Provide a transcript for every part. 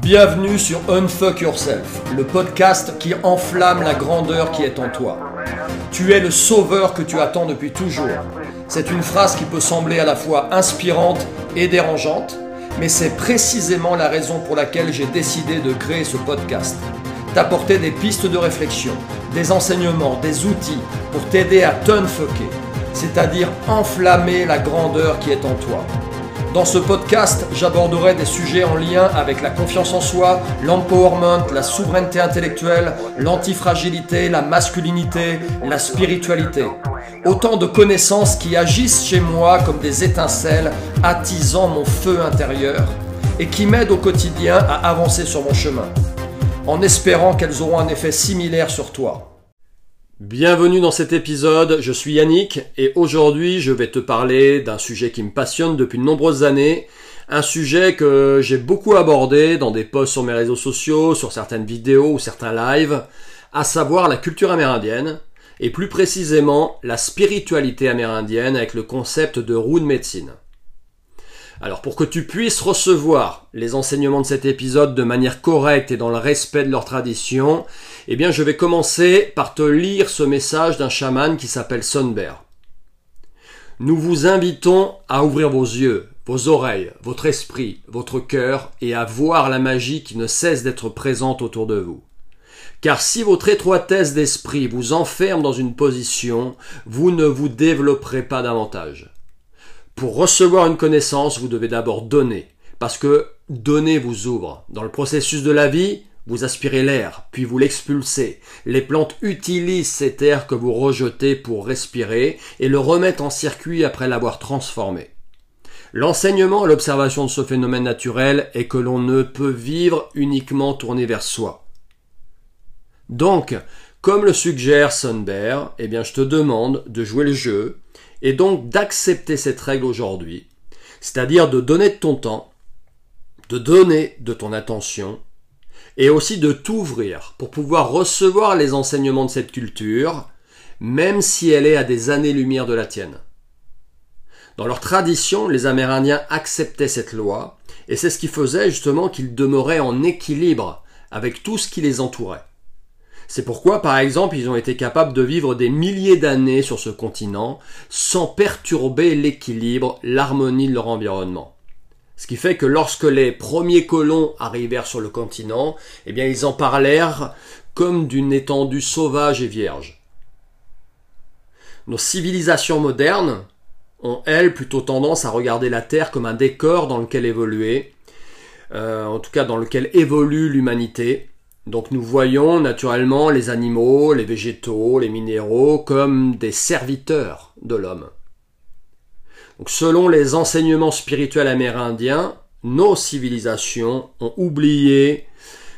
Bienvenue sur Unfuck Yourself, le podcast qui enflamme la grandeur qui est en toi. Tu es le sauveur que tu attends depuis toujours. C'est une phrase qui peut sembler à la fois inspirante et dérangeante, mais c'est précisément la raison pour laquelle j'ai décidé de créer ce podcast. T'apporter des pistes de réflexion, des enseignements, des outils pour t'aider à t'unfucker, c'est-à-dire enflammer la grandeur qui est en toi. Dans ce podcast, j'aborderai des sujets en lien avec la confiance en soi, l'empowerment, la souveraineté intellectuelle, l'antifragilité, la masculinité, la spiritualité. Autant de connaissances qui agissent chez moi comme des étincelles, attisant mon feu intérieur et qui m'aident au quotidien à avancer sur mon chemin, en espérant qu'elles auront un effet similaire sur toi. Bienvenue dans cet épisode, je suis Yannick et aujourd'hui je vais te parler d'un sujet qui me passionne depuis de nombreuses années, un sujet que j'ai beaucoup abordé dans des posts sur mes réseaux sociaux, sur certaines vidéos ou certains lives, à savoir la culture amérindienne et plus précisément la spiritualité amérindienne avec le concept de rune médecine. Alors pour que tu puisses recevoir les enseignements de cet épisode de manière correcte et dans le respect de leur tradition, eh bien je vais commencer par te lire ce message d'un chaman qui s'appelle Sun Bear. Nous vous invitons à ouvrir vos yeux, vos oreilles, votre esprit, votre cœur et à voir la magie qui ne cesse d'être présente autour de vous. Car si votre étroitesse d'esprit vous enferme dans une position, vous ne vous développerez pas davantage. Pour recevoir une connaissance, vous devez d'abord donner, parce que donner vous ouvre. Dans le processus de la vie, vous aspirez l'air, puis vous l'expulsez. Les plantes utilisent cet air que vous rejetez pour respirer et le remettent en circuit après l'avoir transformé. L'enseignement et l'observation de ce phénomène naturel est que l'on ne peut vivre uniquement tourné vers soi. Donc, comme le suggère Sun Bear, eh bien je te demande de jouer le jeu, et donc d'accepter cette règle aujourd'hui, c'est-à-dire de donner de ton temps, de donner de ton attention, et aussi de t'ouvrir pour pouvoir recevoir les enseignements de cette culture, même si elle est à des années-lumière de la tienne. Dans leur tradition, les Amérindiens acceptaient cette loi, et c'est ce qui faisait justement qu'ils demeuraient en équilibre avec tout ce qui les entourait. C'est pourquoi, par exemple, ils ont été capables de vivre des milliers d'années sur ce continent sans perturber l'équilibre, l'harmonie de leur environnement. Ce qui fait que lorsque les premiers colons arrivèrent sur le continent, eh bien, ils en parlèrent comme d'une étendue sauvage et vierge. Nos civilisations modernes ont, elles, plutôt tendance à regarder la Terre comme un décor dans lequel évoluer, en tout cas dans lequel évolue l'humanité. Donc nous voyons naturellement les animaux, les végétaux, les minéraux comme des serviteurs de l'homme. Donc selon les enseignements spirituels amérindiens, nos civilisations ont oublié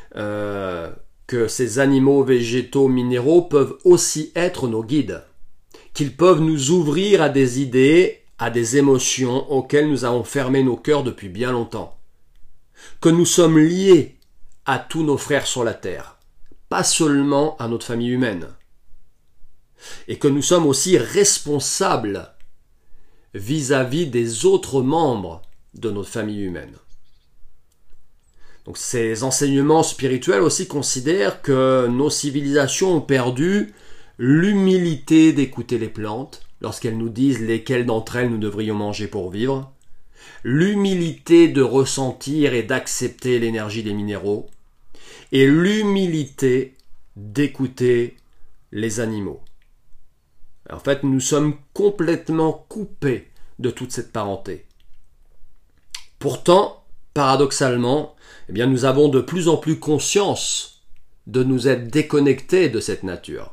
que ces animaux, végétaux, minéraux peuvent aussi être nos guides, qu'ils peuvent nous ouvrir à des idées, à des émotions auxquelles nous avons fermé nos cœurs depuis bien longtemps, que nous sommes liés à tous nos frères sur la terre, pas seulement à notre famille humaine, et que nous sommes aussi responsables vis-à-vis des autres membres de notre famille humaine. Donc ces enseignements spirituels aussi considèrent que nos civilisations ont perdu l'humilité d'écouter les plantes lorsqu'elles nous disent lesquelles d'entre elles nous devrions manger pour vivre, l'humilité de ressentir et d'accepter l'énergie des minéraux, et l'humilité d'écouter les animaux. En fait, nous sommes complètement coupés de toute cette parenté. Pourtant, paradoxalement, eh bien, nous avons de plus en plus conscience de nous être déconnectés de cette nature,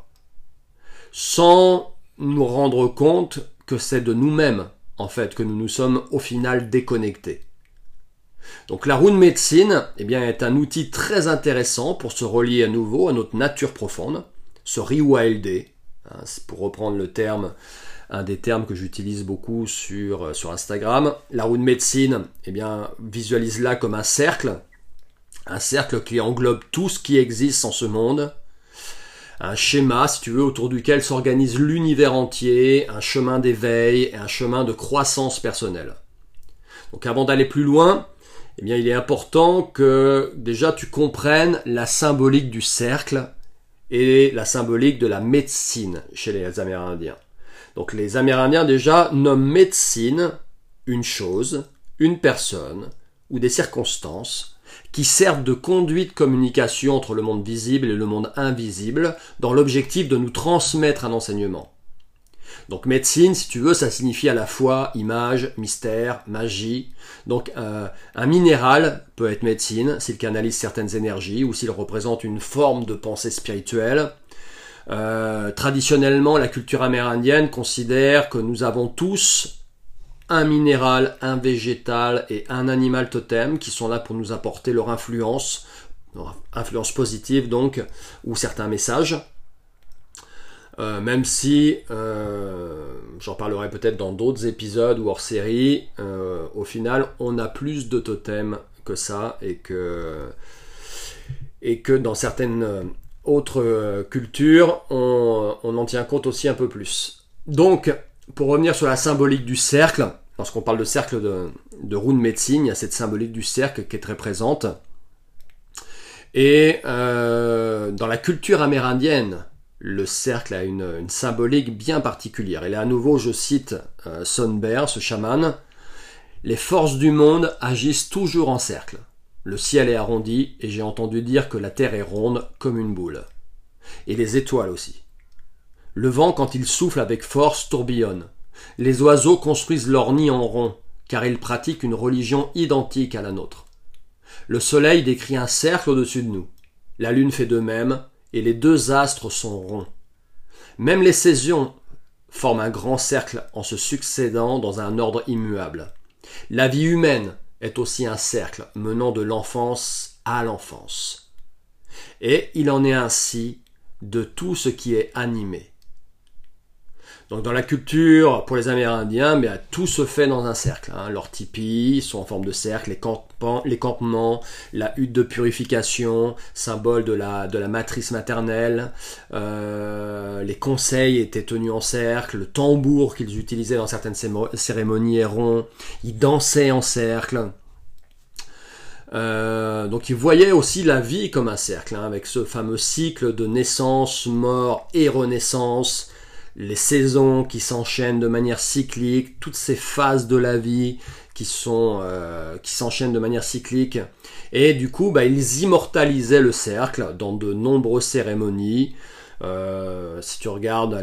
sans nous rendre compte que c'est de nous-mêmes, en fait, que nous nous sommes au final déconnectés. Donc la rune médecine eh bien, est un outil très intéressant pour se relier à nouveau à notre nature profonde, se rewilder, pour reprendre le terme, un des termes que j'utilise beaucoup sur Instagram. La rune médecine eh bien, visualise-la comme un cercle qui englobe tout ce qui existe en ce monde, un schéma, si tu veux, autour duquel s'organise l'univers entier, un chemin d'éveil et un chemin de croissance personnelle. Donc avant d'aller plus loin, eh bien, il est important que déjà tu comprennes la symbolique du cercle et la symbolique de la médecine chez les Amérindiens. Donc les Amérindiens déjà nomment médecine une chose, une personne ou des circonstances qui servent de conduite de communication entre le monde visible et le monde invisible dans l'objectif de nous transmettre un enseignement. Donc médecine, si tu veux, ça signifie à la fois image, mystère, magie. Donc un minéral peut être médecine s'il canalise certaines énergies ou s'il représente une forme de pensée spirituelle. Traditionnellement, la culture amérindienne considère que nous avons tous un minéral, un végétal et un animal totem qui sont là pour nous apporter leur influence positive donc, ou certains messages. Même si, j'en parlerai peut-être dans d'autres épisodes ou hors série, au final, on a plus de totems que ça et que dans certaines autres cultures, on en tient compte aussi un peu plus. Donc, pour revenir sur la symbolique du cercle, lorsqu'on parle de cercle de rune médecine, il y a cette symbolique du cercle qui est très présente. Et dans la culture amérindienne, le cercle a une symbolique bien particulière. Et là, à nouveau, je cite Son Bear, ce chaman. Les forces du monde agissent toujours en cercle. Le ciel est arrondi et j'ai entendu dire que la terre est ronde comme une boule. Et les étoiles aussi. Le vent, quand il souffle avec force, tourbillonne. Les oiseaux construisent leur nid en rond, car ils pratiquent une religion identique à la nôtre. Le soleil décrit un cercle au-dessus de nous. La lune fait de même, et les deux astres sont ronds. Même les saisons forment un grand cercle en se succédant dans un ordre immuable. La vie humaine est aussi un cercle menant de l'enfance à l'enfance. Et il en est ainsi de tout ce qui est animé. Donc dans la culture, pour les Amérindiens, tout se fait dans un cercle. Leurs tipis sont en forme de cercle, les campements, la hutte de purification, symbole de la matrice maternelle, les conseils étaient tenus en cercle, le tambour qu'ils utilisaient dans certaines cérémonies est rond, ils dansaient en cercle. Donc ils voyaient aussi la vie comme un cercle, avec ce fameux cycle de naissance, mort et renaissance, les saisons qui s'enchaînent de manière cyclique, toutes ces phases de la vie qui s'enchaînent de manière cyclique. Et du coup, ils immortalisaient le cercle dans de nombreuses cérémonies. Si tu regardes,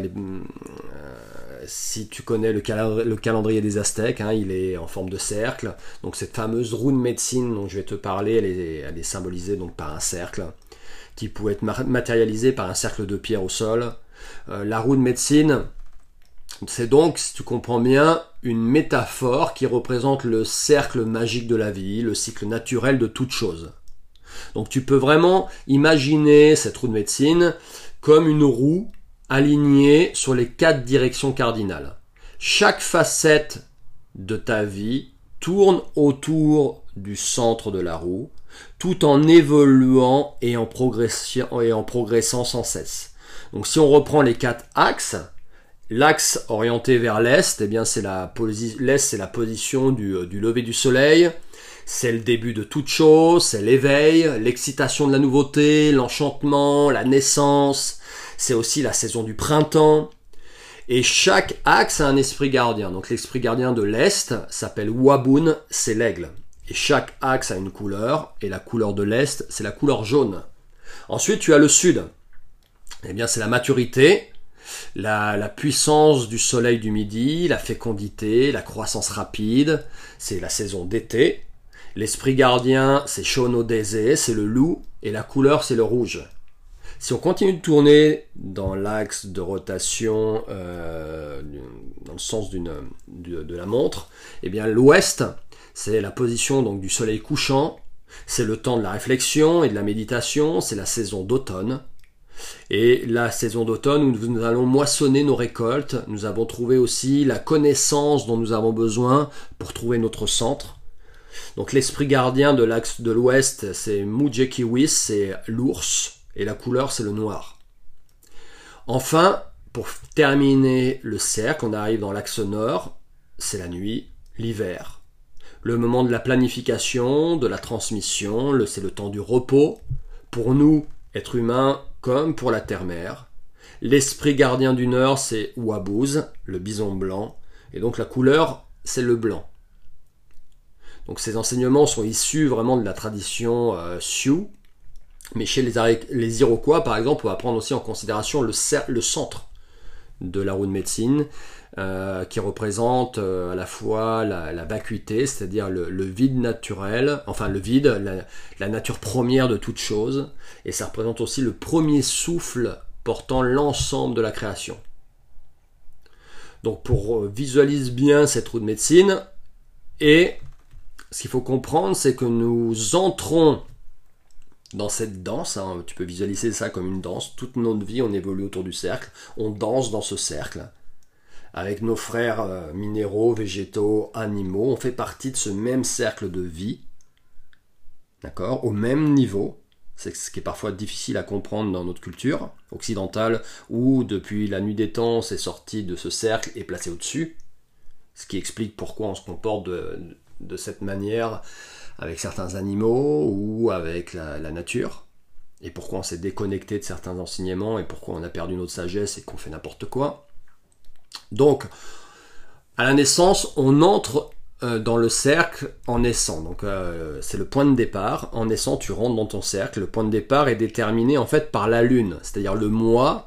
si tu connais le calendrier des Aztèques, il est en forme de cercle. Donc cette fameuse rune médecine dont je vais te parler, elle est symbolisée donc par un cercle qui pouvait être matérialisé par un cercle de pierre au sol. La rune médecine, c'est donc, si tu comprends bien, une métaphore qui représente le cercle magique de la vie, le cycle naturel de toute chose. Donc tu peux vraiment imaginer cette rune médecine comme une roue alignée sur les 4 directions cardinales. Chaque facette de ta vie tourne autour du centre de la roue, tout en évoluant et en progressant sans cesse. Donc si on reprend les 4 axes, l'axe orienté vers l'est, l'est c'est la position du lever du soleil, c'est le début de toute chose, c'est l'éveil, l'excitation de la nouveauté, l'enchantement, la naissance, c'est aussi la saison du printemps. Et chaque axe a un esprit gardien. Donc l'esprit gardien de l'est s'appelle Wabun, c'est l'aigle. Et chaque axe a une couleur, et la couleur de l'est, c'est la couleur jaune. Ensuite, tu as le sud. C'est la maturité, la puissance du soleil du midi, la fécondité, la croissance rapide, c'est la saison d'été. L'esprit gardien, c'est Shonodeze, c'est le loup, et la couleur, c'est le rouge. Si on continue de tourner dans l'axe de rotation, dans le sens de la montre, l'ouest, c'est la position donc du soleil couchant, c'est le temps de la réflexion et de la méditation, c'est la saison d'automne. Et la saison d'automne où nous allons moissonner nos récoltes, nous avons trouvé aussi la connaissance dont nous avons besoin pour trouver notre centre. Donc l'esprit gardien de l'axe de l'ouest, c'est Mujekiwis, c'est l'ours, et la couleur c'est le noir. Enfin, pour terminer le cercle, on arrive dans l'axe nord, c'est la nuit, l'hiver. Le moment de la planification, de la transmission, c'est le temps du repos, pour nous, êtres humains, comme pour la terre-mère. L'esprit gardien d'une heure, c'est Wabuz, le bison blanc, et donc la couleur, c'est le blanc. Donc ces enseignements sont issus vraiment de la tradition Sioux, mais chez les Iroquois, par exemple, on va prendre aussi en considération le centre de la roue de médecine, qui représente à la fois la vacuité, c'est-à-dire le vide naturel, enfin le vide, la nature première de toute chose, et ça représente aussi le premier souffle portant l'ensemble de la création. Donc pour visualiser bien cette roue de médecine, et ce qu'il faut comprendre, c'est que nous entrons dans cette danse, hein, tu peux visualiser ça comme une danse, toute notre vie on évolue autour du cercle, on danse dans ce cercle, avec nos frères minéraux, végétaux, animaux, on fait partie de ce même cercle de vie, d'accord, au même niveau. C'est ce qui est parfois difficile à comprendre dans notre culture occidentale, où depuis la nuit des temps, c'est sorti de ce cercle et placé au-dessus, ce qui explique pourquoi on se comporte de cette manière avec certains animaux ou avec la nature, et pourquoi on s'est déconnecté de certains enseignements et pourquoi on a perdu notre sagesse et qu'on fait n'importe quoi. Donc, à la naissance, on entre dans le cercle en naissant. Donc, c'est le point de départ. En naissant, tu rentres dans ton cercle. Le point de départ est déterminé en fait par la lune, c'est-à-dire le mois,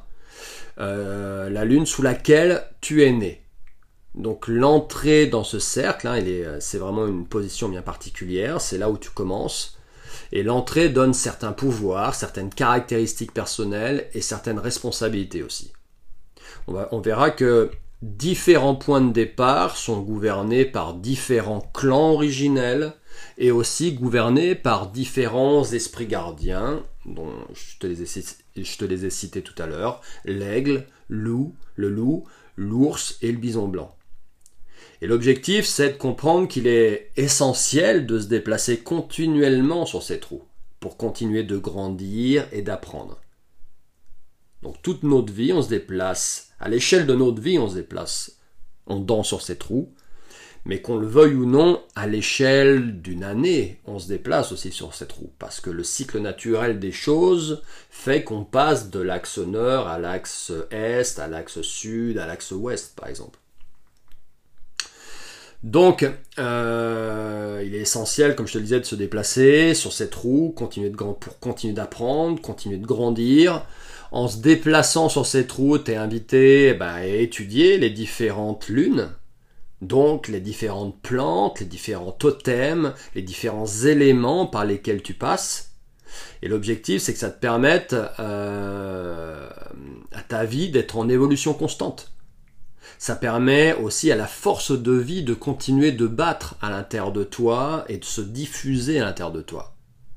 la lune sous laquelle tu es né. Donc l'entrée dans ce cercle, hein, c'est vraiment une position bien particulière, c'est là où tu commences. Et l'entrée donne certains pouvoirs, certaines caractéristiques personnelles et certaines responsabilités aussi. On verra que différents points de départ sont gouvernés par différents clans originels et aussi gouvernés par différents esprits gardiens, dont je te les ai cités tout à l'heure, l'aigle, le loup, l'ours et le bison blanc. Et l'objectif, c'est de comprendre qu'il est essentiel de se déplacer continuellement sur cette roue pour continuer de grandir et d'apprendre. Donc toute notre vie, on se déplace, à l'échelle de notre vie, on se déplace, on danse sur cette roue, mais qu'on le veuille ou non, à l'échelle d'une année, on se déplace aussi sur cette roue, parce que le cycle naturel des choses fait qu'on passe de l'axe nord à l'axe est, à l'axe sud, à l'axe ouest, par exemple. Donc, il est essentiel, comme je te le disais, de se déplacer sur cette roue, pour continuer d'apprendre, continuer de grandir. En se déplaçant sur cette roue, tu es invité à étudier les différentes lunes, donc les différentes plantes, les différents totems, les différents éléments par lesquels tu passes. Et l'objectif, c'est que ça te permette à ta vie d'être en évolution constante. Ça permet aussi à la force de vie de continuer de battre à l'intérieur de toi et de se diffuser à l'intérieur de toi.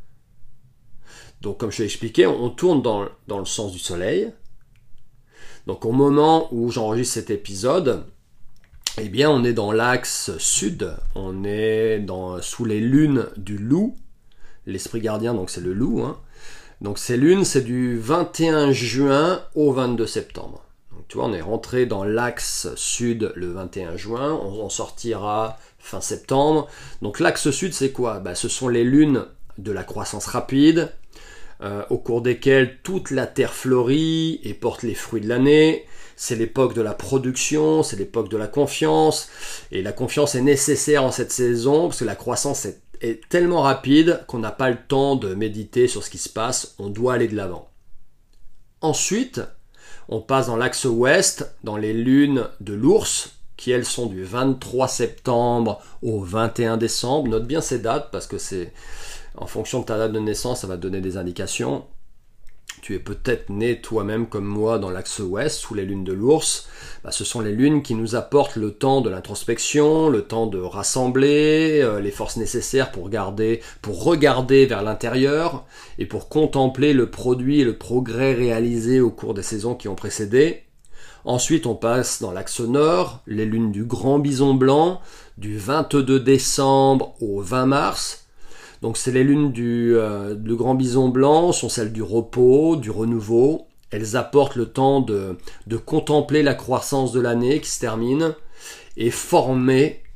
Donc comme je t'ai expliqué, on tourne dans le sens du soleil. Donc au moment où j'enregistre cet épisode, eh bien on est dans l'axe sud, on est sous les lunes du loup, l'esprit gardien donc c'est le loup. Hein. Donc ces lunes c'est du 21 juin au 22 septembre. Tu vois, on est rentré dans l'axe sud le 21 juin, on en sortira fin septembre. Donc l'axe sud, c'est quoi ? Ce sont les lunes de la croissance rapide, au cours desquelles toute la terre fleurit et porte les fruits de l'année. C'est l'époque de la production, c'est l'époque de la confiance. Et la confiance est nécessaire en cette saison, parce que la croissance est tellement rapide qu'on n'a pas le temps de méditer sur ce qui se passe, on doit aller de l'avant. Ensuite, on passe dans l'axe ouest, dans les lunes de l'ours, qui elles sont du 23 septembre au 21 décembre. Note bien ces dates parce que c'est en fonction de ta date de naissance, ça va te donner des indications. Tu es peut-être né toi-même comme moi dans l'axe ouest, sous les lunes de l'ours. Ce sont les lunes qui nous apportent le temps de l'introspection, le temps de rassembler les forces nécessaires pour regarder vers l'intérieur et pour contempler le produit et le progrès réalisé au cours des saisons qui ont précédé. Ensuite, on passe dans l'axe nord, les lunes du grand bison blanc, du 22 décembre au 20 mars. Donc c'est les lunes du grand bison blanc, sont celles du repos, du renouveau. Elles apportent le temps de contempler la croissance de l'année qui se termine et former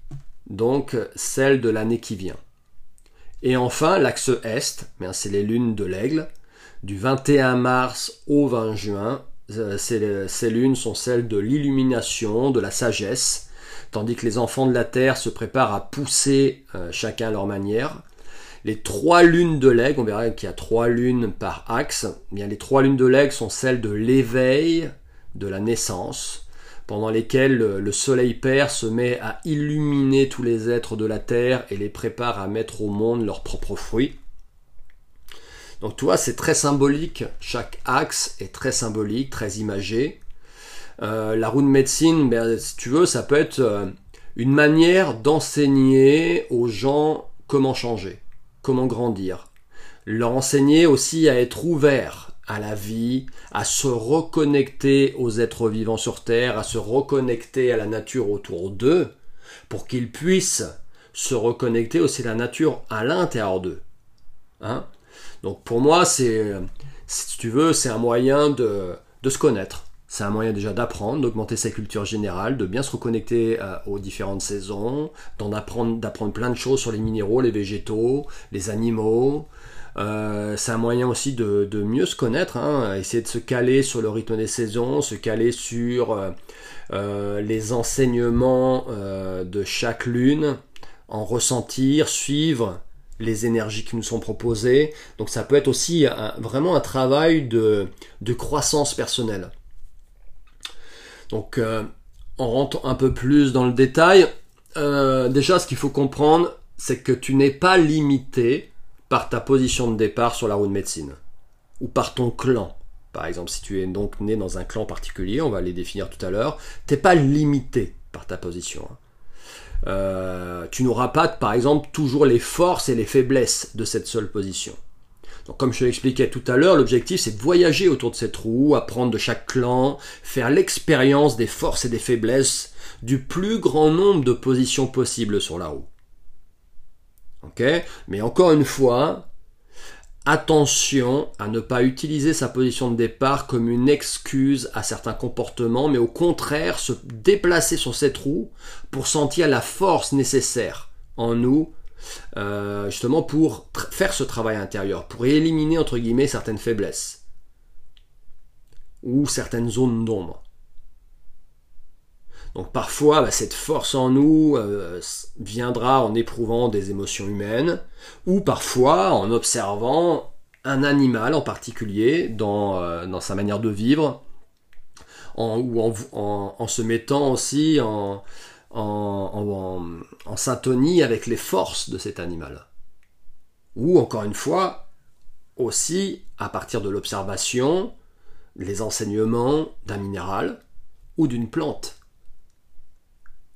donc celle de l'année qui vient. Et enfin, l'axe Est, c'est les lunes de l'Aigle. Du 21 mars au 20 juin, ces lunes sont celles de l'illumination, de la sagesse, tandis que les enfants de la Terre se préparent à pousser chacun à leur manière. Les 3 lunes de l'Aigle, on verra qu'il y a 3 lunes par axe, les 3 lunes de l'Aigle sont celles de l'éveil, de la naissance, pendant lesquelles le soleil père se met à illuminer tous les êtres de la Terre et les prépare à mettre au monde leurs propres fruits. Donc tu vois, c'est très symbolique, chaque axe est très symbolique, très imagé. La roue de médecine, si tu veux, ça peut être une manière d'enseigner aux gens comment changer, comment grandir. Leur enseigner aussi à être ouverts à la vie, à se reconnecter aux êtres vivants sur Terre, à se reconnecter à la nature autour d'eux, pour qu'ils puissent se reconnecter aussi à la nature à l'intérieur d'eux. Hein ? Donc pour moi, si tu veux, c'est un moyen de se connaître. C'est un moyen déjà d'apprendre, d'augmenter sa culture générale, de bien se reconnecter aux différentes saisons, d'apprendre plein de choses sur les minéraux, les végétaux, les animaux. C'est un moyen aussi de mieux se connaître, essayer de se caler sur le rythme des saisons, se caler sur les enseignements de chaque lune, en ressentir, suivre les énergies qui nous sont proposées. Donc ça peut être aussi vraiment un travail de croissance personnelle. Donc on rentre un peu plus dans le détail. Déjà, ce qu'il faut comprendre, c'est que tu n'es pas limité par ta position de départ sur la roue de médecine, ou par ton clan. Par exemple, si tu es donc né dans un clan particulier, on va les définir tout à l'heure, tu n'es pas limité par ta position. Tu n'auras pas, par exemple, toujours les forces et les faiblesses de cette seule position. Donc, comme je te l'expliquais tout à l'heure, l'objectif c'est de voyager autour de cette roue, apprendre de chaque clan, faire l'expérience des forces et des faiblesses du plus grand nombre de positions possibles sur la roue. Ok ? Mais encore une fois, attention à ne pas utiliser sa position de départ comme une excuse à certains comportements, mais au contraire se déplacer sur cette roue pour sentir la force nécessaire en nous, justement pour faire ce travail intérieur, pour éliminer entre guillemets certaines faiblesses ou certaines zones d'ombre. Donc parfois, cette force en nous viendra en éprouvant des émotions humaines, ou parfois en observant un animal en particulier dans sa manière de vivre, en se mettant aussi en syntonie avec les forces de cet animal. Ou encore une fois, aussi à partir de l'observation, les enseignements d'un minéral ou d'une plante. Ok ?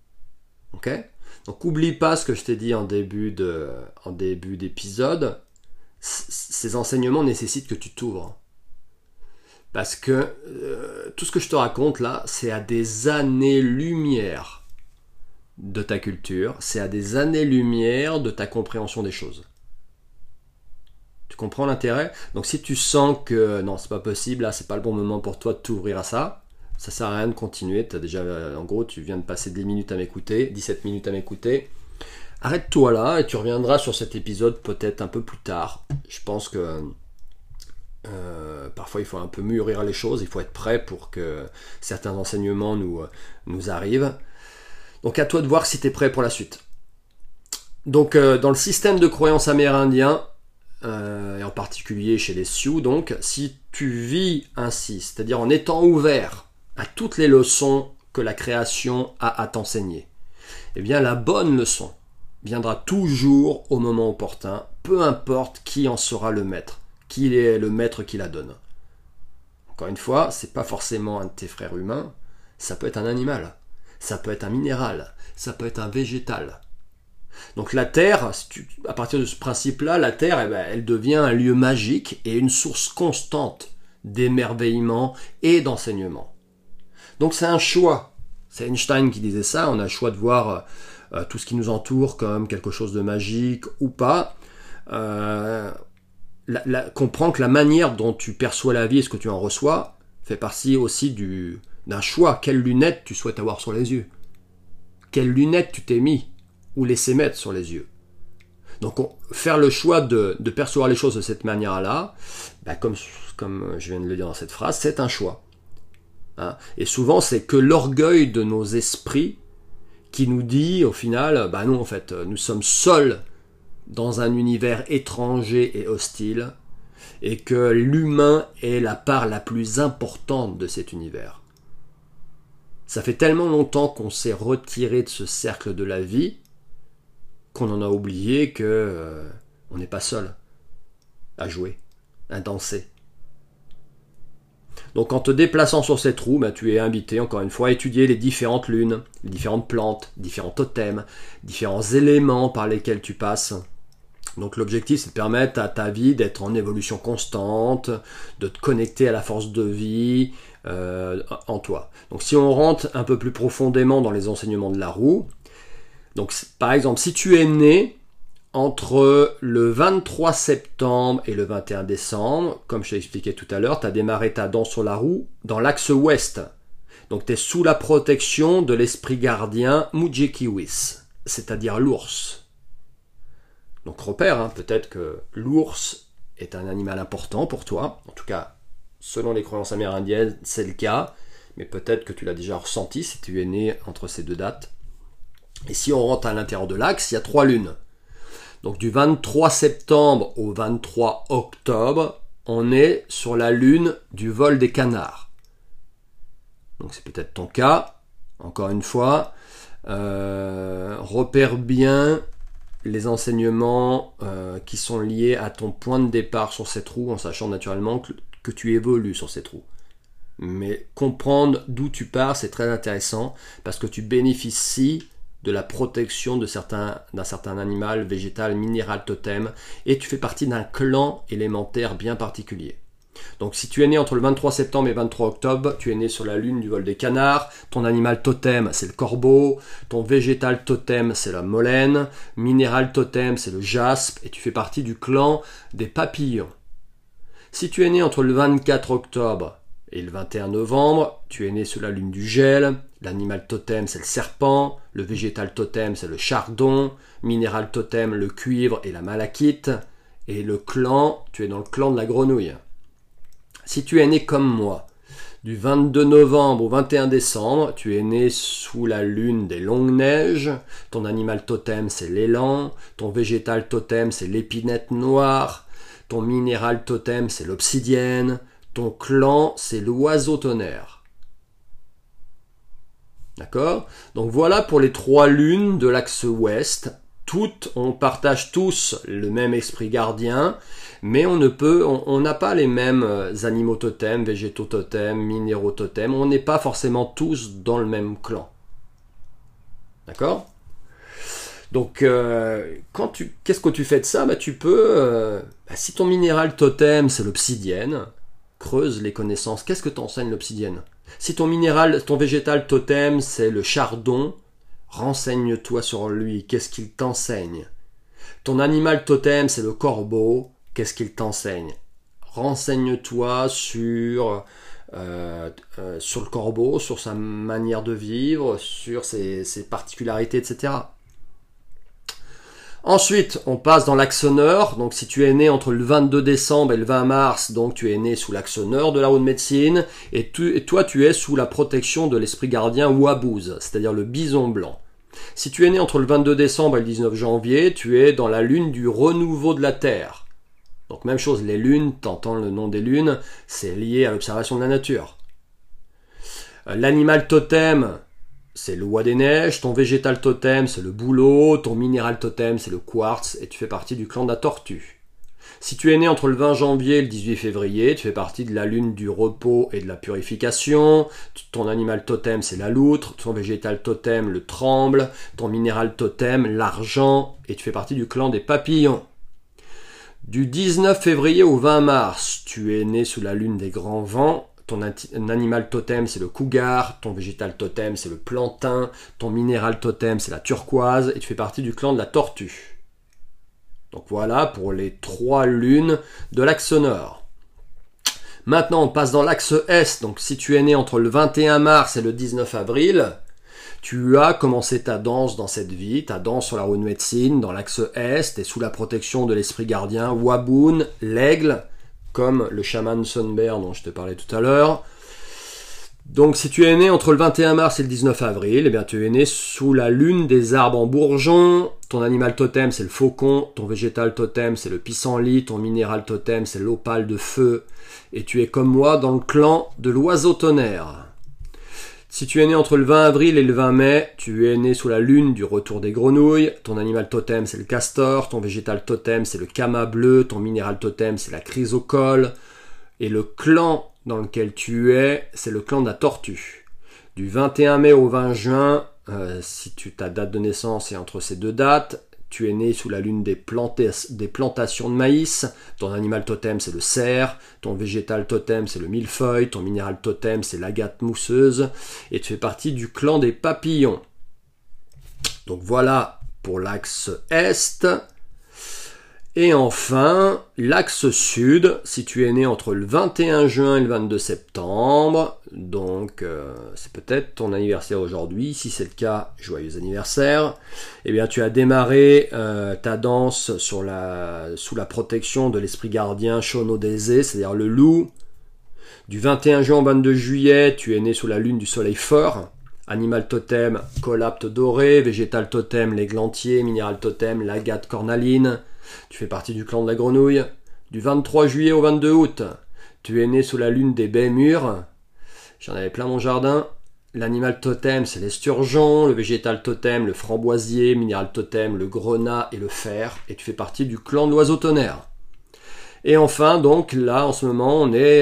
Donc oublie pas ce que je t'ai dit en début d'épisode. Ces enseignements nécessitent que tu t'ouvres. Parce que tout ce que je te raconte là, c'est à des années-lumière de ta culture, c'est à des années-lumière de ta compréhension des choses. Tu comprends l'intérêt ? Donc si tu sens que non, c'est pas possible, là, c'est pas le bon moment pour toi de t'ouvrir à ça, ça sert à rien de continuer. T'as déjà, en gros, tu viens de passer 10 minutes à m'écouter, 17 minutes à m'écouter. Arrête-toi là et tu reviendras sur cet épisode peut-être un peu plus tard. Je pense que parfois il faut un peu mûrir les choses, il faut être prêt pour que certains enseignements nous arrivent. Donc à toi de voir si tu es prêt pour la suite. Donc dans le système de croyance amérindien, et en particulier chez les Sioux, donc, si tu vis ainsi, c'est-à-dire en étant ouvert à toutes les leçons que la création a à t'enseigner, eh bien la bonne leçon viendra toujours au moment opportun, peu importe qui en sera le maître, qui est le maître qui la donne. Encore une fois, c'est pas forcément un de tes frères humains, ça peut être un animal, ça peut être un minéral, ça peut être un végétal. Donc la Terre, à partir de ce principe-là, la Terre, elle devient un lieu magique et une source constante d'émerveillement et d'enseignement. Donc c'est un choix. C'est Einstein qui disait ça, on a le choix de voir tout ce qui nous entoure comme quelque chose de magique ou pas. Comprends que la manière dont tu perçois la vie et ce que tu en reçois fait partie aussi d'un choix. Quelles lunettes tu souhaites avoir sur les yeux ? Quelles lunettes tu t'es mis ? ou laisser mettre sur les yeux. Donc faire le choix de percevoir les choses de cette manière-là, comme je viens de le dire dans cette phrase, c'est un choix. Hein. Et souvent c'est que l'orgueil de nos esprits qui nous dit au final, non en fait, nous sommes seuls dans un univers étranger et hostile, et que l'humain est la part la plus importante de cet univers. Ça fait tellement longtemps qu'on s'est retiré de ce cercle de la vie, qu'on en a oublié que on n'est pas seul à jouer, à danser. Donc en te déplaçant sur cette roue, tu es invité encore une fois à étudier les différentes lunes, les différentes plantes, différents totems, différents éléments par lesquels tu passes. Donc l'objectif c'est de permettre à ta vie d'être en évolution constante, de te connecter à la force de vie en toi. Donc si on rentre un peu plus profondément dans les enseignements de la roue, donc par exemple si tu es né entre le 23 septembre et le 21 décembre, comme je t'ai expliqué tout à l'heure, tu as démarré ta danse sur la roue dans l'axe ouest. Donc tu es sous la protection de l'esprit gardien Mujikiwis, c'est-à-dire l'ours. Donc repère, peut-être que l'ours est un animal important pour toi, en tout cas selon les croyances amérindiennes c'est le cas, mais peut-être que tu l'as déjà ressenti si tu es né entre ces deux dates. Et si on rentre à l'intérieur de l'axe, il y a 3 lunes. Donc du 23 septembre au 23 octobre, on est sur la lune du vol des canards. Donc c'est peut-être ton cas, encore une fois. Repère bien les enseignements qui sont liés à ton point de départ sur cette roue, en sachant naturellement que tu évolues sur cette roue. Mais comprendre d'où tu pars, c'est très intéressant, parce que tu bénéficies de la protection d'un certain animal, végétal, minéral, totem, et tu fais partie d'un clan élémentaire bien particulier. Donc si tu es né entre le 23 septembre et 23 octobre, tu es né sur la lune du vol des canards, ton animal totem c'est le corbeau, ton végétal totem c'est la molène, minéral totem c'est le jaspe, et tu fais partie du clan des papillons. Si tu es né entre le 24 octobre et le 21 novembre, tu es né sous la lune du gel, l'animal totem c'est le serpent, le végétal totem c'est le chardon, minéral totem le cuivre et la malachite, et le clan, tu es dans le clan de la grenouille. Si tu es né comme moi, du 22 novembre au 21 décembre, tu es né sous la lune des longues neiges, ton animal totem c'est l'élan, ton végétal totem c'est l'épinette noire, ton minéral totem c'est l'obsidienne, ton clan c'est l'oiseau tonnerre. D'accord? Donc voilà pour les 3 lunes de l'axe ouest. On partage tous le même esprit gardien, mais on n'a pas les mêmes animaux totems, végétaux totems, minéraux totems. On n'est pas forcément tous dans le même clan. D'accord? Donc, qu'est-ce que tu fais de ça? Tu peux, si ton minéral totem c'est l'obsidienne, creuse les connaissances. Qu'est-ce que t'enseigne l'obsidienne? Si ton végétal totem c'est le chardon, renseigne-toi sur lui, qu'est-ce qu'il t'enseigne? Ton animal totem c'est le corbeau, qu'est-ce qu'il t'enseigne? Renseigne-toi sur le corbeau, sur sa manière de vivre, sur ses particularités, etc. Ensuite, on passe dans l'axe nord. Donc si tu es né entre le 22 décembre et le 20 mars, donc tu es né sous l'axe nord de la roue de médecine, et toi tu es sous la protection de l'esprit gardien Wabuz, c'est-à-dire le bison blanc. Si tu es né entre le 22 décembre et le 19 janvier, tu es dans la lune du renouveau de la Terre. Donc même chose, les lunes, t'entends le nom des lunes, c'est lié à l'observation de la nature. L'animal totem, c'est le roi des neiges, ton végétal totem c'est le bouleau, ton minéral totem c'est le quartz, et tu fais partie du clan de la tortue. Si tu es né entre le 20 janvier et le 18 février, tu fais partie de la lune du repos et de la purification, ton animal totem c'est la loutre, ton végétal totem le tremble, ton minéral totem l'argent, et tu fais partie du clan des papillons. Du 19 février au 20 mars, tu es né sous la lune des grands vents, ton animal totem c'est le cougar, ton végétal totem c'est le plantain, ton minéral totem c'est la turquoise, et tu fais partie du clan de la tortue. Donc voilà pour les 3 lunes de l'axe nord. Maintenant on passe dans l'axe est, donc si tu es né entre le 21 mars et le 19 avril, Tu as commencé ta danse dans cette vie, ta danse sur la roue de médecine, dans l'axe Est, et sous la protection de l'esprit gardien, Wabun, l'aigle, comme le chaman Sunbear dont je te parlais tout à l'heure. Donc si tu es né entre le 21 mars et le 19 avril, eh bien tu es né sous la lune des arbres en bourgeon. Ton animal totem c'est le faucon, ton végétal totem c'est le pissenlit, ton minéral totem c'est l'opale de feu. Et tu es comme moi dans le clan de l'oiseau tonnerre. Si tu es né entre le 20 avril et le 20 mai, tu es né sous la lune du retour des grenouilles. Ton animal totem c'est le castor, ton végétal totem c'est le kama bleu, ton minéral totem c'est la chrysocole. Et le clan dans lequel tu es, c'est le clan de la tortue. Du 21 mai au 20 juin, si ta date de naissance est entre ces deux dates, tu es né sous la lune des plantations de maïs, ton animal totem c'est le cerf, ton végétal totem c'est le millefeuille, ton minéral totem c'est l'agate mousseuse, et tu fais partie du clan des papillons. Donc voilà pour l'axe Est. Et enfin, l'axe sud, si tu es né entre le 21 juin et le 22 septembre, donc c'est peut-être ton anniversaire aujourd'hui, si c'est le cas, joyeux anniversaire, eh bien tu as démarré ta danse sous la protection de l'esprit gardien Shonodeze, c'est-à-dire le loup. Du 21 juin au 22 juillet, tu es né sous la lune du soleil fort. Animal totem, colapte doré, végétal totem, l'églantier, minéral totem, l'agate cornaline. Tu fais partie du clan de la grenouille. Du 23 juillet au 22 août, tu es né sous la lune des baies mûres. J'en avais plein mon jardin. L'animal totem, c'est l'esturgeon. Le végétal totem, le framboisier. Minéral totem, le grenat et le fer. Et tu fais partie du clan de l'oiseau tonnerre. Et enfin, donc là, en ce moment, on est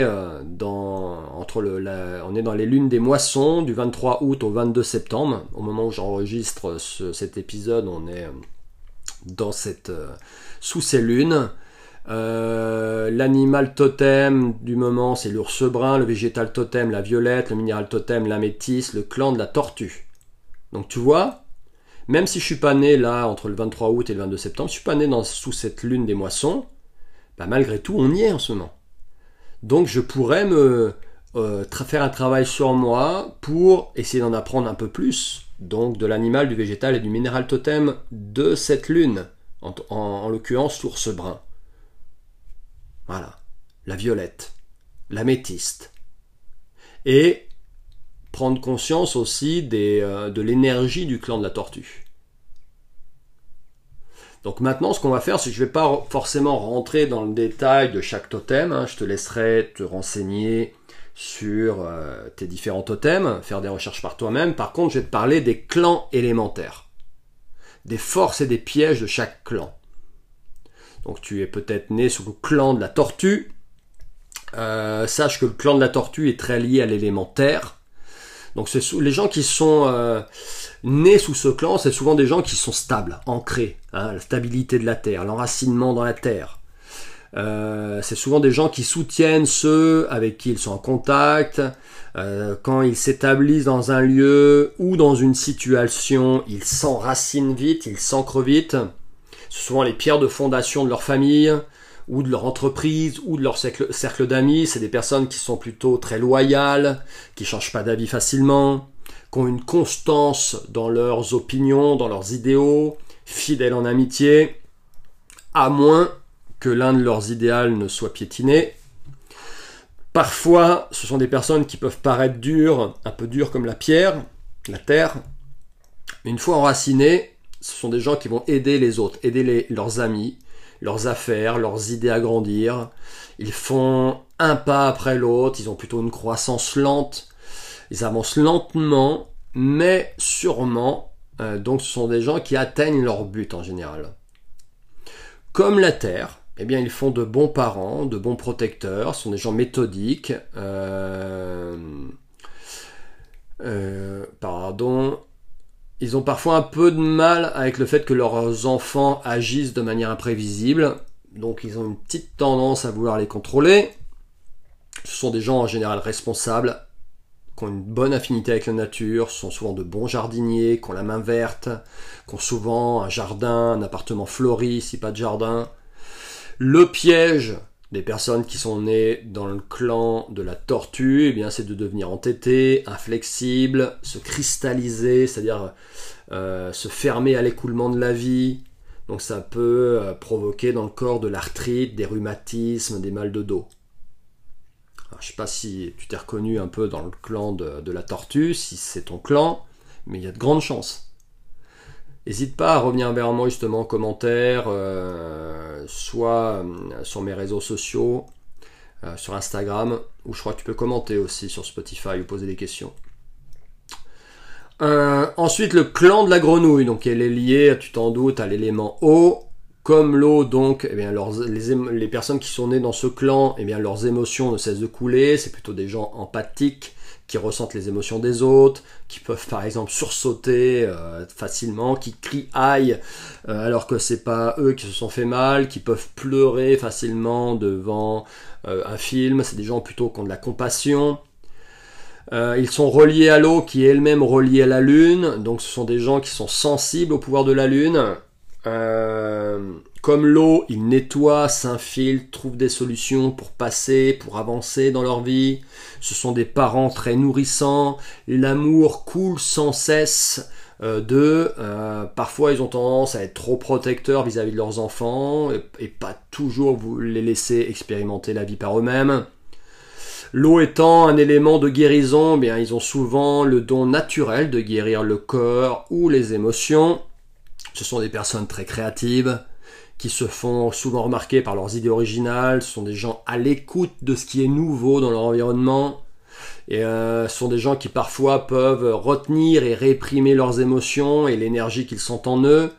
on est dans les lunes des moissons, du 23 août au 22 septembre. Au moment où j'enregistre cet épisode, on est sous ces lunes. L'animal totem du moment c'est l'ours brun, le végétal totem la violette, le minéral totem l'améthyste, le clan de la tortue. Donc tu vois, même si je suis pas né là entre le 23 août et le 22 septembre, je suis pas né sous cette lune des moissons, bah malgré tout on y est en ce moment. Donc je pourrais faire un travail sur moi pour essayer d'en apprendre un peu plus, donc de l'animal, du végétal et du minéral totem de cette lune, en l'occurrence l'ours brun. Voilà, la violette, l'améthyste. Et prendre conscience aussi de l'énergie du clan de la tortue. Donc maintenant, ce qu'on va faire, c'est que je ne vais pas forcément rentrer dans le détail de chaque totem. Hein. Je te laisserai te renseigner sur tes différents totems, faire des recherches par toi-même. Par contre, je vais te parler des clans élémentaires, des forces et des pièges de chaque clan. Donc tu es peut-être né sous le clan de la tortue. Sache que le clan de la tortue est très lié à l'élémentaire. Donc les gens qui sont nés sous ce clan, c'est souvent des gens qui sont stables, ancrés, hein, la stabilité de la terre, l'enracinement dans la terre. C'est souvent des gens qui soutiennent ceux avec qui ils sont en contact. Quand ils s'établissent dans un lieu ou dans une situation, ils s'enracinent vite, ils s'ancrent vite. C'est souvent les pierres de fondation de leur famille ou de leur entreprise ou de leur cercle d'amis. C'est des personnes qui sont plutôt très loyales, qui ne changent pas d'avis facilement, qui ont une constance dans leurs opinions, dans leurs idéaux, fidèles en amitié, à moins que l'un de leurs idéaux ne soit piétiné. Parfois, ce sont des personnes qui peuvent paraître dures, un peu dures comme la pierre, la terre. Mais une fois enracinés, ce sont des gens qui vont aider les autres, aider leurs amis, leurs affaires, leurs idées à grandir. Ils font un pas après l'autre, ils ont plutôt une croissance lente. Ils avancent lentement, mais sûrement. Donc ce sont des gens qui atteignent leur but en général. Comme la terre, eh bien, ils font de bons parents, de bons protecteurs, ce sont des gens méthodiques. Ils ont parfois un peu de mal avec le fait que leurs enfants agissent de manière imprévisible. Donc ils ont une petite tendance à vouloir les contrôler. Ce sont des gens en général responsables, qui ont une bonne affinité avec la nature, ce sont souvent de bons jardiniers, qui ont la main verte, qui ont souvent un jardin, un appartement fleuri, si pas de jardin. Le piège Des personnes qui sont nées dans le clan de la tortue, eh bien c'est de devenir entêté, inflexible, se cristalliser, c'est-à-dire se fermer à l'écoulement de la vie. Donc ça peut provoquer dans le corps de l'arthrite, des rhumatismes, des mal de dos. Alors, je ne sais pas si tu t'es reconnu un peu dans le clan de la tortue, si c'est ton clan, mais il y a de grandes chances. N'hésite pas à revenir vers moi justement en commentaire, soit sur mes réseaux sociaux, sur Instagram, ou je crois que tu peux commenter aussi sur Spotify ou poser des questions. Ensuite, le clan de la grenouille, donc elle est liée, tu t'en doutes, à l'élément eau. Comme l'eau, donc, eh bien, les personnes qui sont nées dans ce clan, eh bien, leurs émotions ne cessent de couler. C'est plutôt des gens empathiques, qui ressentent les émotions des autres, qui peuvent par exemple sursauter facilement, qui crient aïe alors que c'est pas eux qui se sont fait mal, qui peuvent pleurer facilement devant un film. C'est des gens plutôt qui ont de la compassion. Ils sont reliés à l'eau qui est elle-même reliée à la lune, donc ce sont des gens qui sont sensibles au pouvoir de la lune. Comme l'eau, ils nettoient, s'infiltrent, trouvent des solutions pour passer, pour avancer dans leur vie. Ce sont des parents très nourrissants. L'amour coule sans cesse d'eux. Parfois, ils ont tendance à être trop protecteurs vis-à-vis de leurs enfants et pas toujours les laisser expérimenter la vie par eux-mêmes. L'eau étant un élément de guérison, eh bien, ils ont souvent le don naturel de guérir le corps ou les émotions. Ce sont des personnes très créatives, qui se font souvent remarquer par leurs idées originales. Ce sont des gens à l'écoute de ce qui est nouveau dans leur environnement. Et ce sont des gens qui parfois peuvent retenir et réprimer leurs émotions et l'énergie qu'ils sentent en eux.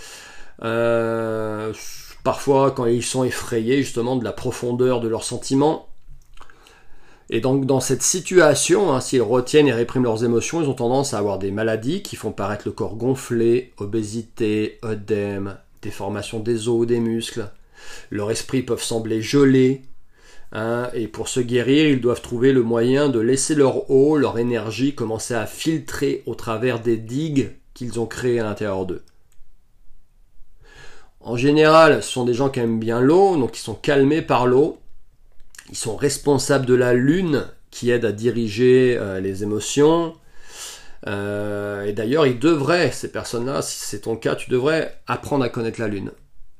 Parfois quand ils sont effrayés justement de la profondeur de leurs sentiments. Et donc dans cette situation, s'ils retiennent et répriment leurs émotions, ils ont tendance à avoir des maladies qui font paraître le corps gonflé, obésité, œdème, déformation des os ou des muscles. Leur esprit peuvent sembler gelés. Et pour se guérir, ils doivent trouver le moyen de laisser leur eau, leur énergie commencer à filtrer au travers des digues qu'ils ont créées à l'intérieur d'eux. En général, ce sont des gens qui aiment bien l'eau, donc ils sont calmés par l'eau. Ils sont responsables de la lune qui aide à diriger les émotions. Et d'ailleurs, ils devraient, ces personnes-là, si c'est ton cas, tu devrais apprendre à connaître la lune.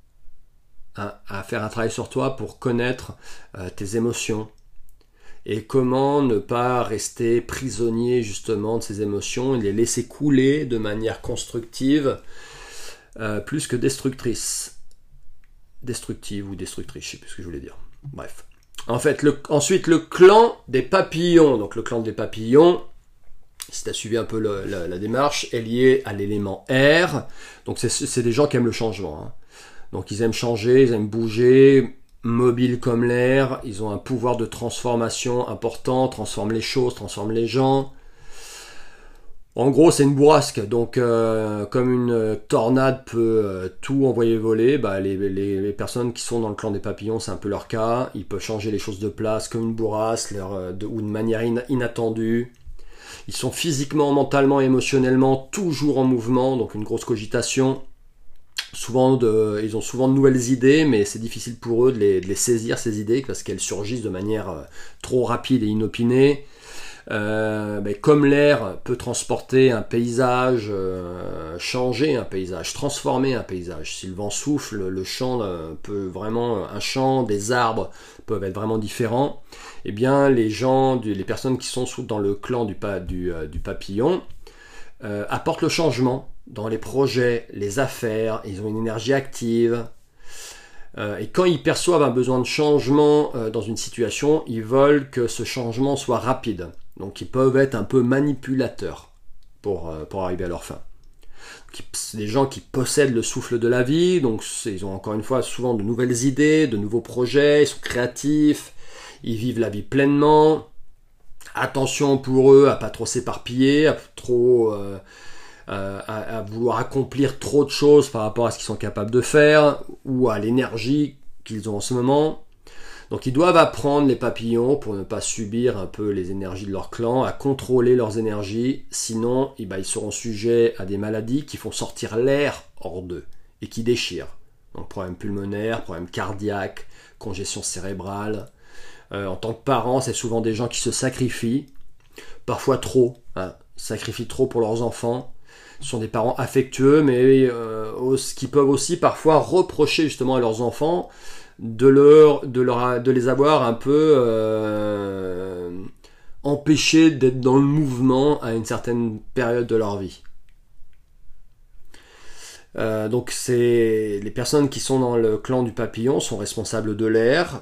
À faire un travail sur toi pour connaître tes émotions. Et comment ne pas rester prisonnier justement de ces émotions et les laisser couler de manière constructive plus que destructrice. Destructive ou destructrice, je ne sais plus ce que je voulais dire. Bref. En fait, ensuite, le clan des papillons. Donc le clan des papillons, si tu as suivi un peu la démarche, est lié à l'élément air. Donc c'est des gens qui aiment le changement. Donc ils aiment changer, ils aiment bouger, mobiles comme l'air. Ils ont un pouvoir de transformation important, transforment les choses, transforment les gens. En gros, c'est une bourrasque, donc comme une tornade peut tout envoyer voler, les personnes qui sont dans le clan des papillons, c'est un peu leur cas. Ils peuvent changer les choses de place comme une bourrasque ou de manière inattendue. Ils sont physiquement, mentalement, émotionnellement toujours en mouvement, donc une grosse cogitation. Ils ont souvent de nouvelles idées, mais c'est difficile pour eux de les saisir, ces idées, parce qu'elles surgissent de manière trop rapide et inopinée. Comme l'air peut transporter un paysage, changer un paysage, transformer un paysage. Si le vent souffle, le champ un champ, des arbres peuvent être vraiment différents. Eh bien, les personnes qui sont dans le clan du papillon apportent le changement dans les projets, les affaires. Ils ont une énergie active. Et quand ils perçoivent un besoin de changement dans une situation, ils veulent que ce changement soit rapide. Donc ils peuvent être un peu manipulateurs pour arriver à leur fin. C'est des gens qui possèdent le souffle de la vie, donc ils ont encore une fois souvent de nouvelles idées, de nouveaux projets, ils sont créatifs, ils vivent la vie pleinement. Attention pour eux à pas trop s'éparpiller, à vouloir accomplir trop de choses par rapport à ce qu'ils sont capables de faire ou à l'énergie qu'ils ont en ce moment. Donc ils doivent apprendre, les papillons, pour ne pas subir un peu les énergies de leur clan, à contrôler leurs énergies, sinon ils seront sujets à des maladies qui font sortir l'air hors d'eux et qui déchirent. Donc problème pulmonaire, problème cardiaque, congestion cérébrale. En tant que parent, c'est souvent des gens qui se sacrifient, parfois trop, hein, sacrifient trop pour leurs enfants. Ce sont des parents affectueux, mais qui peuvent aussi parfois reprocher justement à leurs enfants de les avoir un peu empêchés d'être dans le mouvement à une certaine période de leur vie. Donc les personnes qui sont dans le clan du papillon sont responsables de l'air.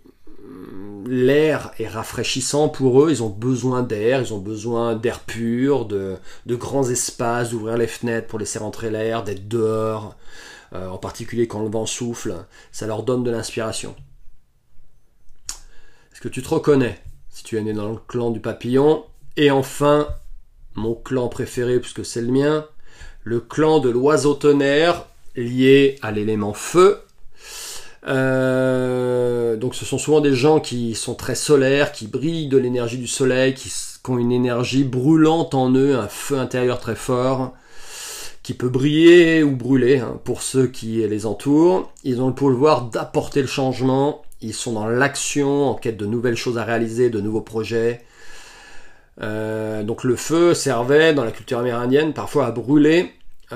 L'air est rafraîchissant pour eux, ils ont besoin d'air, ils ont besoin d'air pur, de grands espaces, d'ouvrir les fenêtres pour laisser rentrer l'air, d'être dehors, en particulier quand le vent souffle, ça leur donne de l'inspiration. Est-ce que tu te reconnais si tu es né dans le clan du papillon? Et enfin, mon clan préféré puisque c'est le mien, le clan de l'oiseau tonnerre lié à l'élément feu. Donc ce sont souvent des gens qui sont très solaires, qui brillent de l'énergie du soleil, qui ont une énergie brûlante en eux, un feu intérieur très fort, qui peut briller ou brûler hein, pour ceux qui les entourent. Ils ont le pouvoir d'apporter le changement, ils sont dans l'action, en quête de nouvelles choses à réaliser, de nouveaux projets. Donc le feu servait dans la culture amérindienne parfois à brûler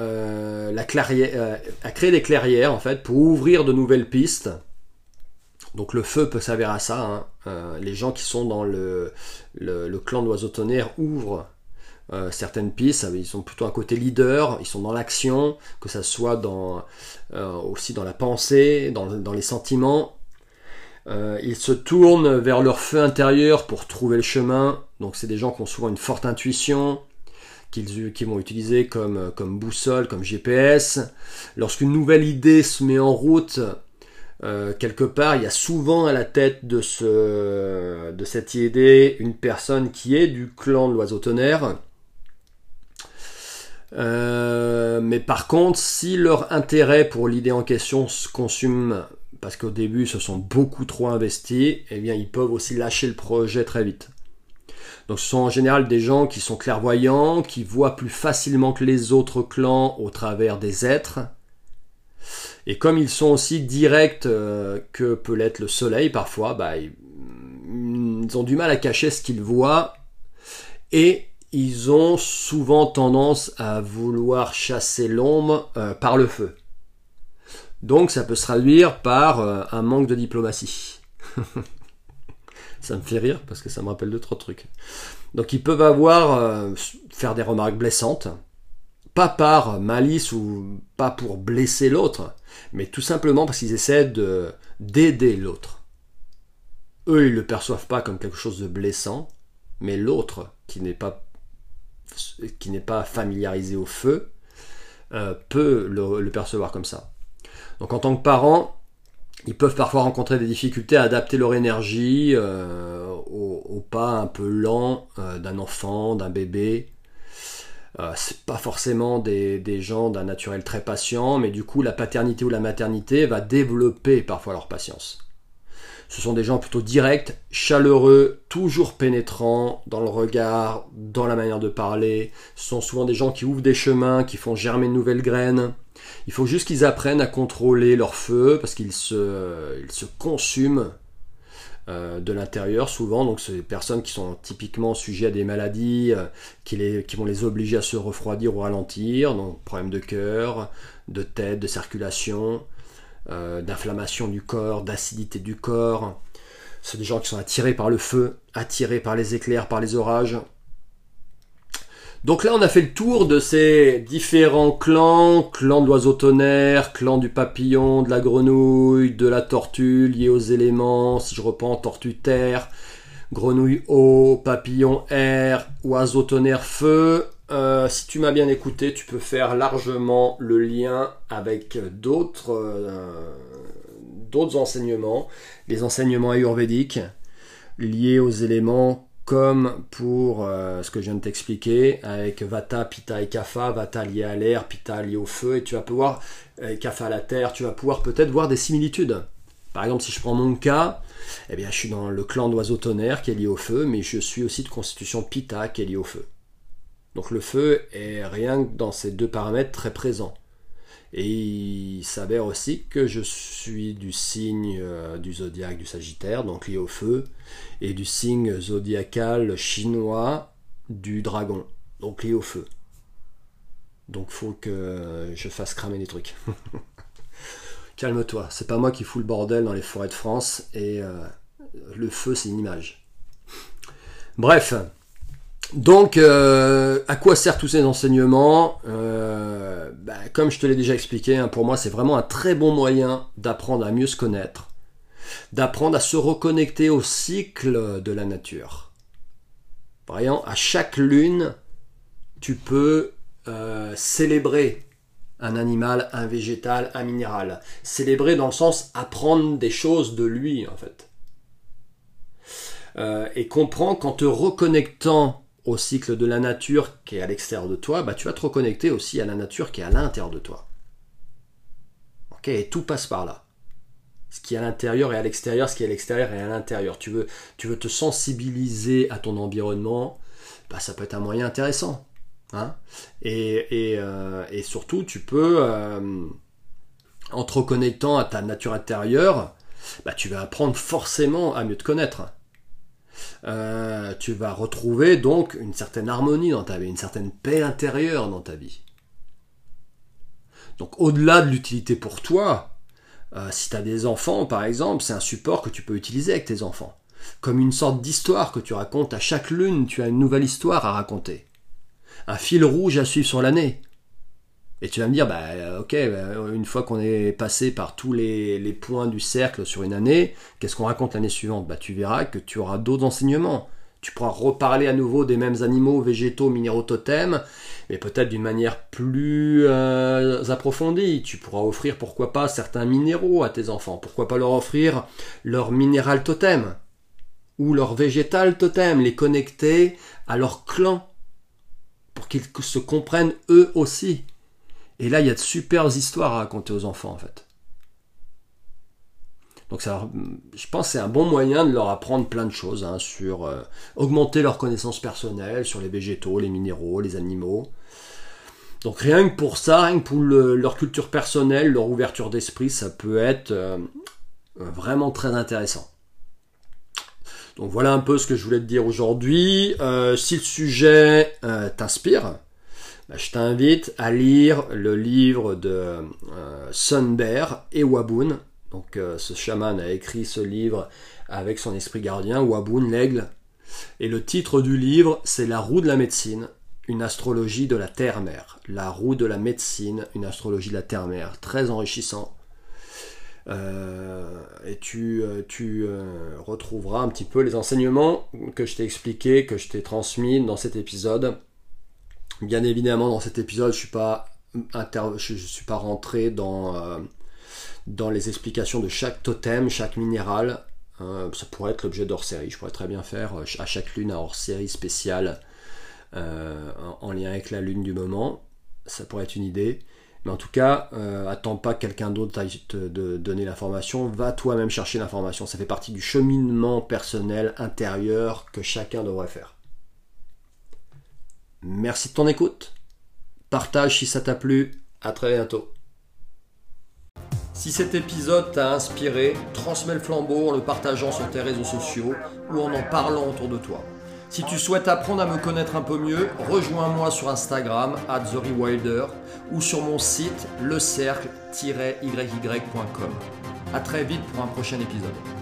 à créer des clairières en fait pour ouvrir de nouvelles pistes. Donc le feu peut servir à ça. Hein. Les gens qui sont dans le clan d'oiseau tonnerre ouvrent certaines pistes. Ils sont plutôt un côté leader. Ils sont dans l'action, que ça soit aussi dans la pensée, dans les sentiments. Ils se tournent vers leur feu intérieur pour trouver le chemin. Donc c'est des gens qui ont souvent une forte intuition, qu'ils vont utiliser comme boussole, comme GPS. Lorsqu'une nouvelle idée se met en route, quelque part, il y a souvent à la tête de cette idée une personne qui est du clan de l'oiseau tonnerre. Mais par contre, si leur intérêt pour l'idée en question se consume, parce qu'au début, ils se sont beaucoup trop investis, eh bien, ils peuvent aussi lâcher le projet très vite. Donc ce sont en général des gens qui sont clairvoyants, qui voient plus facilement que les autres clans au travers des êtres. Et comme ils sont aussi directs que peut l'être le soleil parfois, ils ont du mal à cacher ce qu'ils voient. Et ils ont souvent tendance à vouloir chasser l'ombre par le feu. Donc ça peut se traduire par un manque de diplomatie. Ça me fait rire parce que ça me rappelle 2-3 trucs. Donc ils peuvent faire des remarques blessantes, pas par malice ou pas pour blesser l'autre, mais tout simplement parce qu'ils essaient d'aider l'autre. Eux, ils ne le perçoivent pas comme quelque chose de blessant, mais l'autre, qui n'est pas familiarisé au feu, peut le percevoir comme ça. Donc en tant que parent, ils peuvent parfois rencontrer des difficultés à adapter leur énergie au pas un peu lent d'un enfant, d'un bébé. C'est pas forcément des gens d'un naturel très patient, mais du coup la paternité ou la maternité va développer parfois leur patience. Ce sont des gens plutôt directs, chaleureux, toujours pénétrants dans le regard, dans la manière de parler. Ce sont souvent des gens qui ouvrent des chemins, qui font germer de nouvelles graines. Il faut juste qu'ils apprennent à contrôler leur feu parce qu'ils se consument de l'intérieur souvent. Donc c'est des personnes qui sont typiquement sujets à des maladies qui vont les obliger à se refroidir ou ralentir. Donc problèmes de cœur, de tête, de circulation, d'inflammation du corps, d'acidité du corps. C'est des gens qui sont attirés par le feu, attirés par les éclairs, par les orages. Donc là, on a fait le tour de ces différents clans, clan de l'oiseau tonnerre, clan du papillon, de la grenouille, de la tortue, liés aux éléments, si je reprends, tortue terre, grenouille eau, papillon air, oiseau tonnerre feu. Si tu m'as bien écouté, tu peux faire largement le lien avec d'autres enseignements, les enseignements ayurvédiques liés aux éléments, comme pour ce que je viens de t'expliquer, avec Vata, Pitta et Kapha, Vata lié à l'air, Pitta lié au feu, et tu vas pouvoir, Kapha à la terre, tu vas pouvoir peut-être voir des similitudes. Par exemple, si je prends mon cas, eh bien, je suis dans le clan d'oiseau tonnerre qui est lié au feu, mais je suis aussi de constitution Pitta qui est lié au feu. Donc le feu est rien que dans ces deux paramètres très présent. Et il s'avère aussi que je suis du signe du zodiaque du Sagittaire, donc lié au feu, et du signe zodiacal chinois du dragon, donc lié au feu. Donc faut que je fasse cramer des trucs. Calme-toi, c'est pas moi qui fous le bordel dans les forêts de France, et le feu c'est une image. Bref, donc à quoi servent tous ces enseignements? Comme je te l'ai déjà expliqué, hein, pour moi c'est vraiment un très bon moyen d'apprendre à mieux se connaître, d'apprendre à se reconnecter au cycle de la nature. Voyons, à chaque lune, tu peux célébrer un animal, un végétal, un minéral. Célébrer dans le sens apprendre des choses de lui en fait. Et comprends qu'en te reconnectant au cycle de la nature qui est à l'extérieur de toi, tu vas te reconnecter aussi à la nature qui est à l'intérieur de toi. Ok, et tout passe par là. Ce qui est à l'intérieur est à l'extérieur, ce qui est à l'extérieur est à l'intérieur. Tu veux te sensibiliser à ton environnement, ça peut être un moyen intéressant. Hein, et surtout, tu peux, en te reconnectant à ta nature intérieure, tu vas apprendre forcément à mieux te connaître. Tu vas retrouver donc une certaine harmonie dans ta vie, une certaine paix intérieure dans ta vie. Donc au-delà de l'utilité pour toi, si tu as des enfants par exemple, c'est un support que tu peux utiliser avec tes enfants. Comme une sorte d'histoire que tu racontes à chaque lune, tu as une nouvelle histoire à raconter. Un fil rouge à suivre sur l'année. Et tu vas me dire, une fois qu'on est passé par tous les points du cercle sur une année, qu'est-ce qu'on raconte l'année suivante? Tu verras que tu auras d'autres enseignements. Tu pourras reparler à nouveau des mêmes animaux, végétaux, minéraux, totems, mais peut-être d'une manière plus approfondie. Tu pourras offrir, pourquoi pas, certains minéraux à tes enfants. Pourquoi pas leur offrir leur minéral totem ou leur végétal totem, les connecter à leur clan pour qu'ils se comprennent eux aussi. Et là, il y a de superbes histoires à raconter aux enfants, en fait. Donc, je pense que c'est un bon moyen de leur apprendre plein de choses, sur augmenter leurs connaissances personnelles, sur les végétaux, les minéraux, les animaux. Donc, rien que pour ça, rien que pour leur culture personnelle, leur ouverture d'esprit, ça peut être vraiment très intéressant. Donc voilà un peu ce que je voulais te dire aujourd'hui. Si le sujet t'inspire, je t'invite à lire le livre de Sun Bear et Waboon. Donc ce chaman a écrit ce livre avec son esprit gardien, Waboon, l'aigle. Et le titre du livre, c'est La roue de la médecine, une astrologie de la Terre-Mère. La roue de la médecine, une astrologie de la Terre-Mère. Très enrichissant. Et tu retrouveras un petit peu les enseignements que je t'ai expliqués, que je t'ai transmis dans cet épisode. Bien évidemment, dans cet épisode, je suis pas rentré dans les explications de chaque totem, chaque minéral. Ça pourrait être l'objet d'hors-série. Je pourrais très bien faire à chaque lune un hors-série spécial en lien avec la lune du moment. Ça pourrait être une idée. Mais en tout cas, attends pas que quelqu'un d'autre aille te donner l'information, va toi-même chercher l'information. Ça fait partie du cheminement personnel intérieur que chacun devrait faire. Merci de ton écoute. Partage si ça t'a plu. À très bientôt. Si cet épisode t'a inspiré, transmets le flambeau en le partageant sur tes réseaux sociaux ou en parlant autour de toi. Si tu souhaites apprendre à me connaître un peu mieux, rejoins-moi sur Instagram @TheRewilder ou sur mon site lecercle-yy.com. À très vite pour un prochain épisode.